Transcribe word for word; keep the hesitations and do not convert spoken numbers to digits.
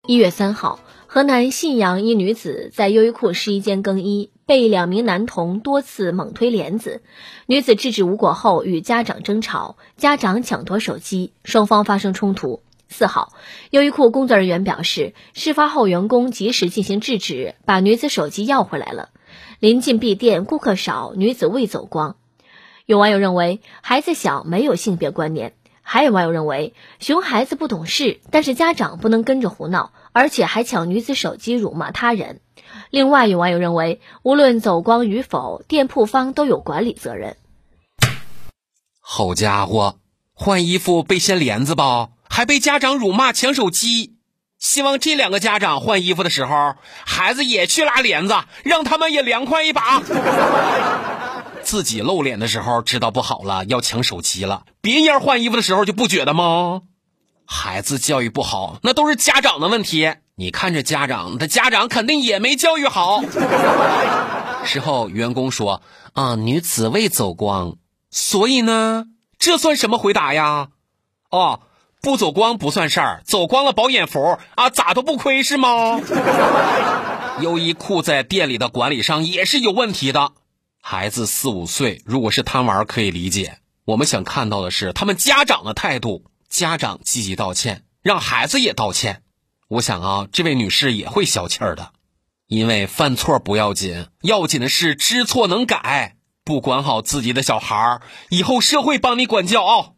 一月三号，河南信阳一女子在优衣库试衣间更衣，被两名男童多次猛推帘子，女子制止无果后与家长争吵，家长抢夺手机，双方发生冲突。四号，优衣库工作人员表示，事发后员工及时进行制止，把女子手机要回来了。临近闭店，顾客少，女子未走光。有网友认为，孩子小没有性别观念。还有网友认为，熊孩子不懂事，但是家长不能跟着胡闹，而且还抢女子手机辱骂他人。另外有网友认为，无论走光与否，店铺方都有管理责任。 好家伙，换衣服被掀帘子吧，还被家长辱骂抢手机。希望这两个家长换衣服的时候，孩子也去拉帘子，让他们也凉快一把。自己露脸的时候知道不好了，要抢手机了，别人换衣服的时候就不觉得吗？孩子教育不好，那都是家长的问题。你看着家长，他家长肯定也没教育好。事后员工说啊，女子未走光。所以呢，这算什么回答呀？哦，不走光不算事儿，走光了饱眼福啊，咋都不亏是吗？优衣库在店里的管理上也是有问题的。孩子四五岁，如果是贪玩可以理解，我们想看到的是他们家长的态度，家长积极道歉，让孩子也道歉。我想啊，这位女士也会消气儿的，因为犯错不要紧，要紧的是知错能改，不管好自己的小孩，以后社会帮你管教啊。